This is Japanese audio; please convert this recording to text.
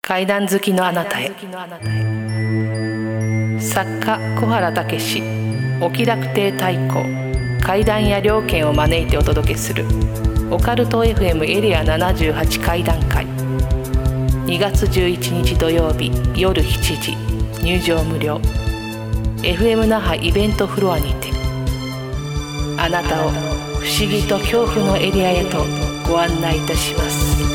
怪談好きのあなたへ。作家小原武史、お気楽亭太閤、怪談や猟犬を招いてお届けするオカルト FM エリア78怪談会。2月11日土曜日夜7時、入場無料。 FM 那覇イベントフロアにてあなたを不思議と恐怖のエリアへとご案内いたします。